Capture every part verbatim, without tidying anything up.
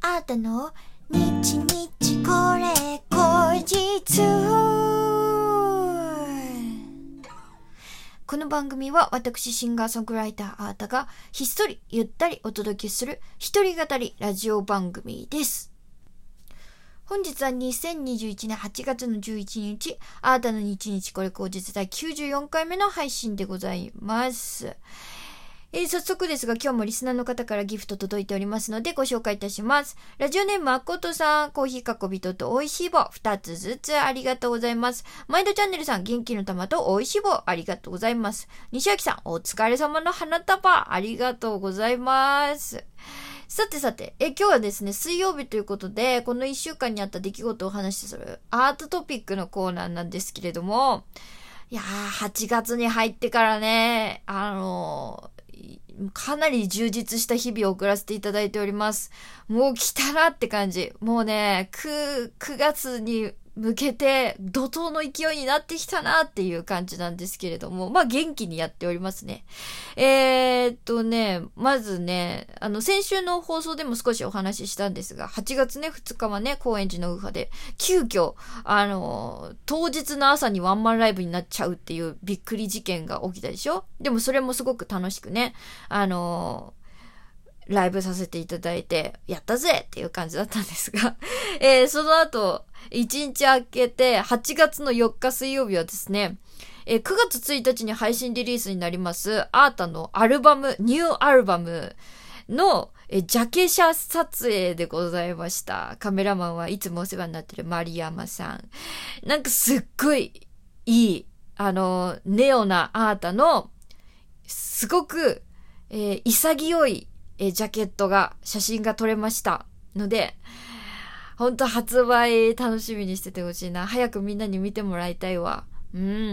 あーたの日日これ後日。この番組は私シンガーソングライターあーたがひっそりゆったりお届けする一人語りラジオ番組です。本日はにせんにじゅういちねんはちがつのじゅういちにち、あーたの日日これ後日第きゅうじゅうよんかいめの配信でございます。えー、早速ですが今日もリスナーの方からギフト届いておりますのでご紹介いたします。ラジオネームまことさん、コーヒーかこびととおいしい棒ふたつずつありがとうございます。毎度チャンネルさん、元気の玉とおいしい棒ありがとうございます。西脇さん、お疲れ様の花束ありがとうございます。さてさて、え今日はですね、水曜日ということで、このいっしゅうかんにあった出来事をお話しするアートトピックのコーナーなんですけれども、いやー、はちがつに入ってからね、あのー、かなり充実した日々を送らせていただいております。もう来たなって感じ。もうね、9、9月に向けて怒涛の勢いになってきたなっていう感じなんですけれども、まあ元気にやっておりますね。えーっとね、まずね、あの先週の放送でも少しお話ししたんですが、はちがつねふつかはね、高円寺のウーファで急遽あの当日の朝にワンマンライブになっちゃうっていうびっくり事件が起きたでしょ。でもそれもすごく楽しくね、あのライブさせていただいて、やったぜっていう感じだったんですが、えー、その後、いちにち明けて、はちがつのよっか水曜日はですね、えー、くがつついたちに配信リリースになります、アータのアルバム、ニューアルバムの、えー、ジャケ写撮影でございました。カメラマンはいつもお世話になってるマリヤマさん。なんかすっごいいい、あの、ネオなアータの、すごく、えー、潔い、えジャケットが写真が撮れましたので、本当発売楽しみにしててほしいな。早くみんなに見てもらいたいわ。うん、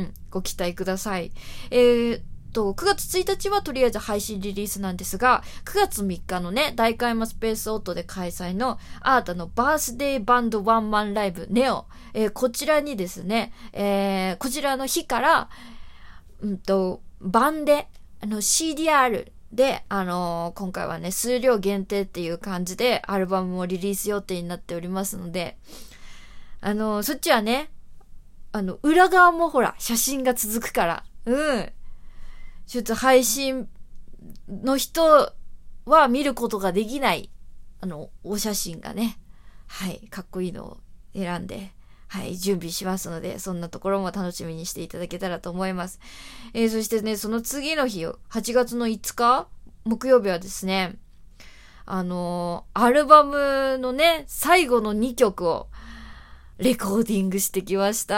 ご期待ください。えー、っとくがつついたちはとりあえず配信リリースなんですが、くがつみっかのね、大開幕スペースオートで開催のアータのバースデーバンドワンマンライブネオ、えー、こちらにですね、えー、こちらの日からうんと版であの シーディーアールで、あのー、今回はね、数量限定っていう感じでアルバムをリリース予定になっておりますので、あのー、そっちはね、あの、裏側もほら、写真が続くから、うん。ちょっと配信の人は見ることができない、あの、お写真がね、はい、かっこいいのを選んで、はい、準備しますので、そんなところも楽しみにしていただけたらと思います。えー、そしてね、その次の日、はちがつのいつか、木曜日はですね、あのー、アルバムのね、最後のにきょくをレコーディングしてきました。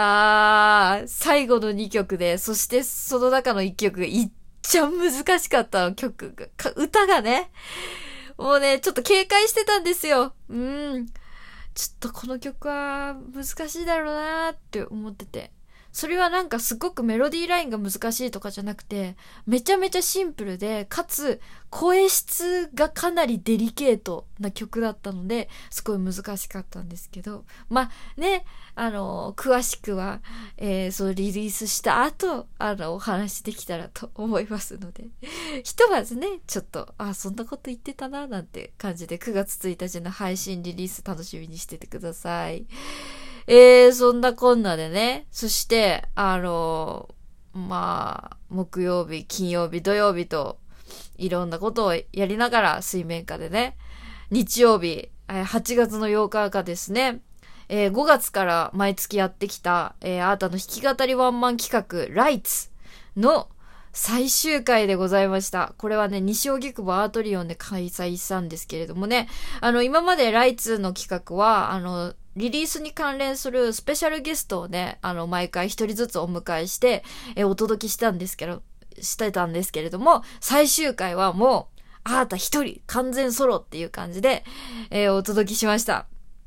最後のにきょくで、そしてその中のいっきょくがいっちゃ難しかった曲が、歌がね、もうね、ちょっと警戒してたんですよ。うん。ちょっとこの曲は難しいだろうなって思ってて、それはなんかすごくメロディーラインが難しいとかじゃなくて、めちゃめちゃシンプルで、かつ声質がかなりデリケートな曲だったので、すごい難しかったんですけど、まあね、あの詳しくは、えー、そうリリースした後、あのお話できたらと思いますので、ひとまずね、ちょっとあそんなこと言ってたななんて感じでくがつついたちの配信リリース楽しみにしててください。えー、そんなこんなでね、そして、あのー、まあ、木曜日、金曜日、土曜日と、いろんなことをやりながら、水面下でね、日曜日、はちがつのようかがですね、えー、ごがつから毎月やってきた、えー、あーたの弾き語りワンマン企画、ライツの最終回でございました。これはね、西荻窪アートリオンで開催したんですけれどもね、あの、今までライツの企画は、あの、リリースに関連するスペシャルゲストをね、あの、毎回一人ずつお迎えして、え、お届けしたんですけど、してたんですけれども、最終回はもう、あーた一人、完全ソロっていう感じで、えー、お届けしました。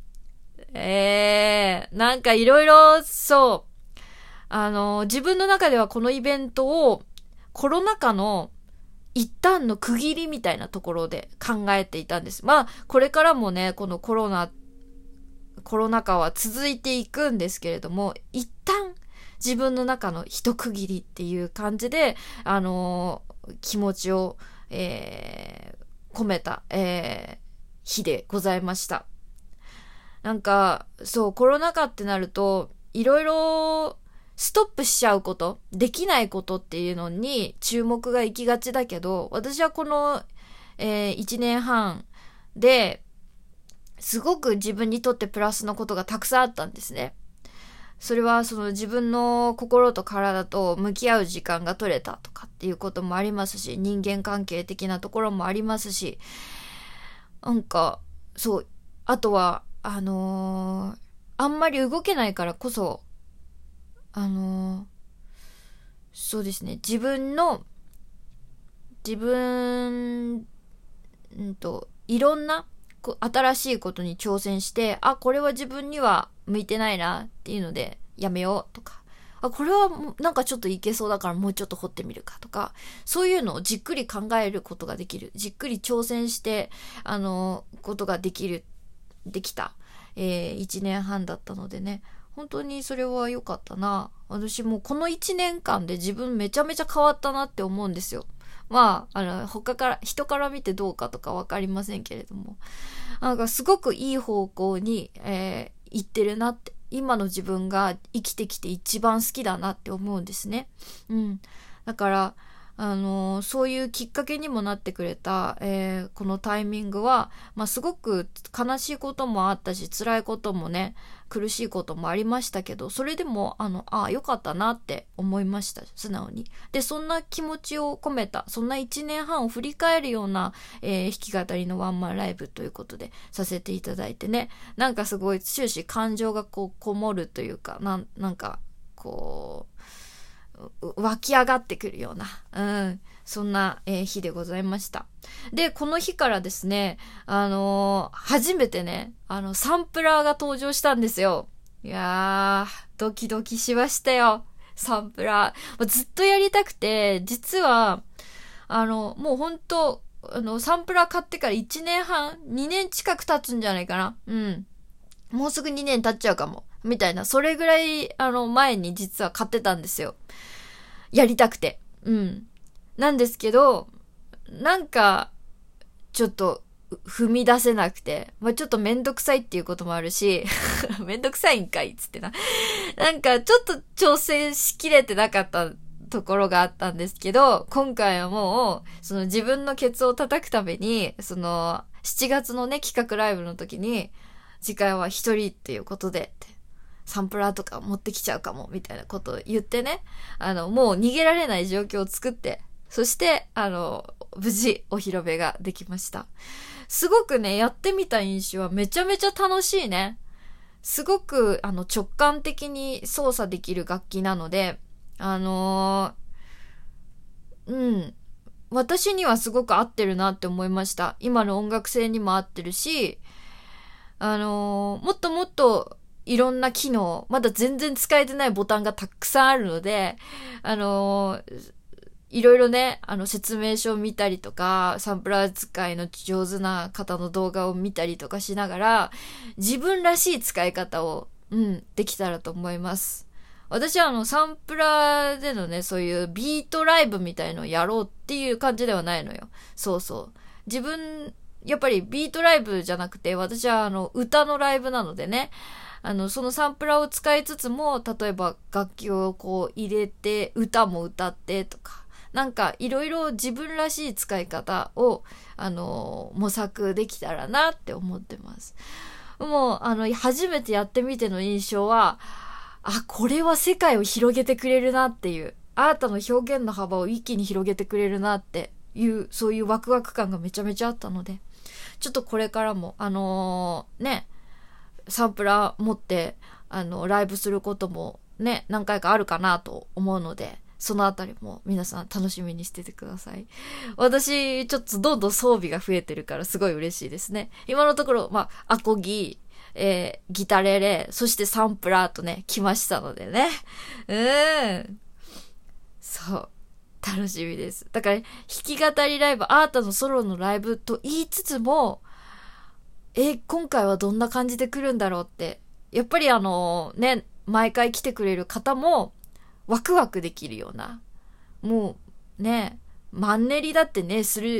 えー、なんかいろいろ、そう、あの、自分の中ではこのイベントを、コロナ禍の一旦の区切りみたいなところで考えていたんです。まあ、これからもね、このコロナ、コロナ禍は続いていくんですけれども、一旦自分の中の一区切りっていう感じで、あのー、気持ちを、えー、込めた、えー、 日でございました。なんか、そう、コロナ禍ってなると、いろいろストップしちゃうこと、できないことっていうのに注目が行きがちだけど、私はこの、えー、いちねんはんで、すごく自分にとってプラスのことがたくさんあったんですね。それはその自分の心と体と向き合う時間が取れたとかっていうこともありますし、人間関係的なところもありますし、なんか、そう、あとは、あのー、あんまり動けないからこそ、あのー、そうですね、自分の、自分、んと、いろんな、新しいことに挑戦して、あ、これは自分には向いてないなっていうので、やめようとか、あ、これはなんかちょっといけそうだからもうちょっと掘ってみるかとか、そういうのをじっくり考えることができる。じっくり挑戦して、あの、ことができる、できた、えー、いちねんはんだったのでね、本当にそれは良かったな。私もこのいちねんかんで自分めちゃめちゃ変わったなって思うんですよ。まあ、あの、他から、人から見てどうかとかわかりませんけれども。なんかすごくいい方向に、えー、行ってるなって。今の自分が生きてきて一番好きだなって思うんですね。うん。だから、あのー、そういうきっかけにもなってくれた、えー、このタイミングは、まあ、すごく悲しいこともあったし、辛いこともね、苦しいこともありましたけど、それでも、あの、ああ、よかったなって思いました。素直に。で、そんな気持ちを込めた、そんないちねんはんを振り返るような、えー、弾き語りのワンマンライブということでさせていただいてね、なんかすごい終始感情がこう、こもるというか、なん、なんか、こう、湧き上がってくるような、うん、そんな、えー、日でございました。で、この日からですね、あのー、初めてね、あの、サンプラーが登場したんですよ。いやー、ドキドキしましたよ。サンプラー。ずっとやりたくて、実は、あの、もうほんと、あの、サンプラー買ってからいちねんはん、にねん近く経つんじゃないかな。うん。もうすぐにねん経っちゃうかも。みたいな、それぐらい、あの、前に実は買ってたんですよ。やりたくて。うん。なんですけど、なんか、ちょっと、踏み出せなくて。まあ、ちょっとめんどくさいっていうこともあるし、めんどくさいんかいっつってな。なんか、ちょっと調整しきれてなかったところがあったんですけど、今回はもう、その自分のケツを叩くために、その、しちがつのね、企画ライブの時に、次回は一人っていうことでって、サンプラーとか持ってきちゃうかもみたいなことを言ってね、あのもう逃げられない状況を作って、そしてあの無事お披露目ができました。すごくね、やってみた印象はめちゃめちゃ楽しいね。すごくあの直感的に操作できる楽器なので、あのー、うん私にはすごく合ってるなって思いました。今の音楽性にも合ってるし、あのー、もっともっといろんな機能、まだ全然使えてないボタンがたくさんあるので、あのー、いろいろね、あの説明書を見たりとか、サンプラー使いの上手な方の動画を見たりとかしながら、自分らしい使い方を、うん、できたらと思います。私はあのサンプラーでのね、そういうビートライブみたいのをやろうっていう感じではないのよ。そうそう。自分、やっぱりビートライブじゃなくて、私はあの歌のライブなのでね、あの、そのサンプラーを使いつつも、例えば楽器をこう入れて、歌も歌ってとか、なんかいろいろ自分らしい使い方を、あの、模索できたらなって思ってます。もう、あの、初めてやってみての印象は、あ、これは世界を広げてくれるなっていう、アートの表現の幅を一気に広げてくれるなっていう、そういうワクワク感がめちゃめちゃあったので、ちょっとこれからも、あのー、ね、サンプラー持って、あの、ライブすることもね、何回かあるかなと思うので、そのあたりも皆さん楽しみにしててください。私、ちょっとどんどん装備が増えてるからすごい嬉しいですね。今のところ、まあ、アコギ、えー、ギタレレ、そしてサンプラーとね、来ましたのでね。うーん。そう。楽しみです。だから、弾き語りライブ、アートのソロのライブと言いつつも、え、今回はどんな感じで来るんだろうって。やっぱりあの、ね、毎回来てくれる方も、ワクワクできるような。もう、ね、マンネリだってね、する、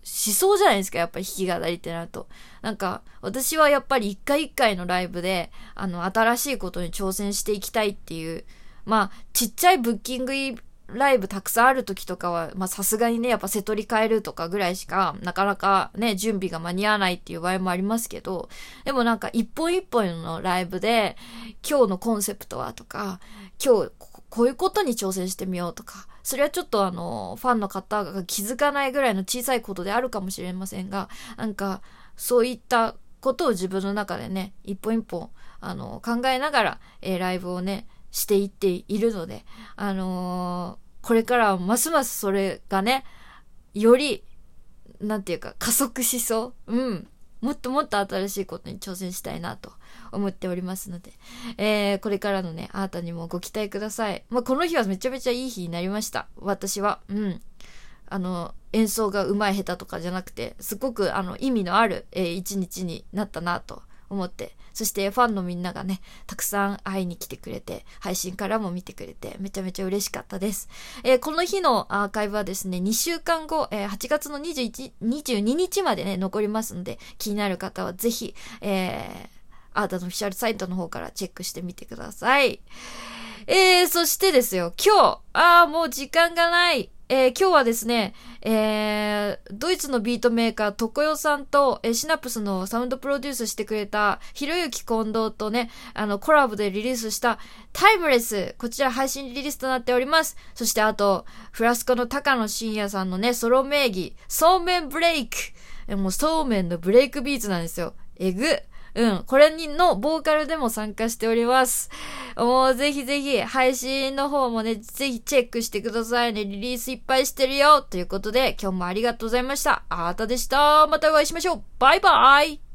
しそうじゃないですか、やっぱり弾き語りってなると。なんか、私はやっぱり一回一回のライブで、あの、新しいことに挑戦していきたいっていう、まあ、ちっちゃいブッキングライブたくさんある時とかは、まあさすがにね、やっぱ瀬取り変えるとかぐらいしか、なかなかね、準備が間に合わないっていう場合もありますけど、でもなんか一本一本のライブで、今日のコンセプトはとか、今日こういうことに挑戦してみようとか、それはちょっとあの、ファンの方が気づかないぐらいの小さいことであるかもしれませんが、なんか、そういったことを自分の中でね、一本一本、あの、考えながら、えー、ライブをね、していっているので、あのー、これからはますますそれがね、より、なんていうか、加速しそう。うん。もっともっと新しいことに挑戦したいなと思っておりますので、えー、これからのね、あなたにもご期待ください。まあ、この日はめちゃめちゃいい日になりました。私は。うん。あの、演奏が上手い下手とかじゃなくて、すごくあの、意味のある、えー、一日になったなと思って、そしてファンのみんながね、たくさん会いに来てくれて、配信からも見てくれて、めちゃめちゃ嬉しかったです。えー、この日のアーカイブはですね、にしゅうかんご、えー、はちがつのにじゅういち、にじゅうににちまでね、残りますので、気になる方はぜひ、えー、アータのオフィシャルサイトの方からチェックしてみてください。えー、そしてですよ、今日、あーもう時間がない。えー、今日はですね、えー、ドイツのビートメーカー、トコヨさんと、えー、シナプスのサウンドプロデュースしてくれた、ひろゆき近藤とね、あの、コラボでリリースした、タイムレス、こちら配信リリースとなっております。そしてあと、フラスコの高野真也さんのね、ソロ名義、そうめんブレイク。えー、もうそうめんのブレイクビーツなんですよ。えぐ。うん。これにのボーカルでも参加しております。もうぜひぜひ配信の方もね、ぜひチェックしてくださいね。リリースいっぱいしてるよ。ということで、今日もありがとうございました。あーたでした。またお会いしましょう。バイバイ。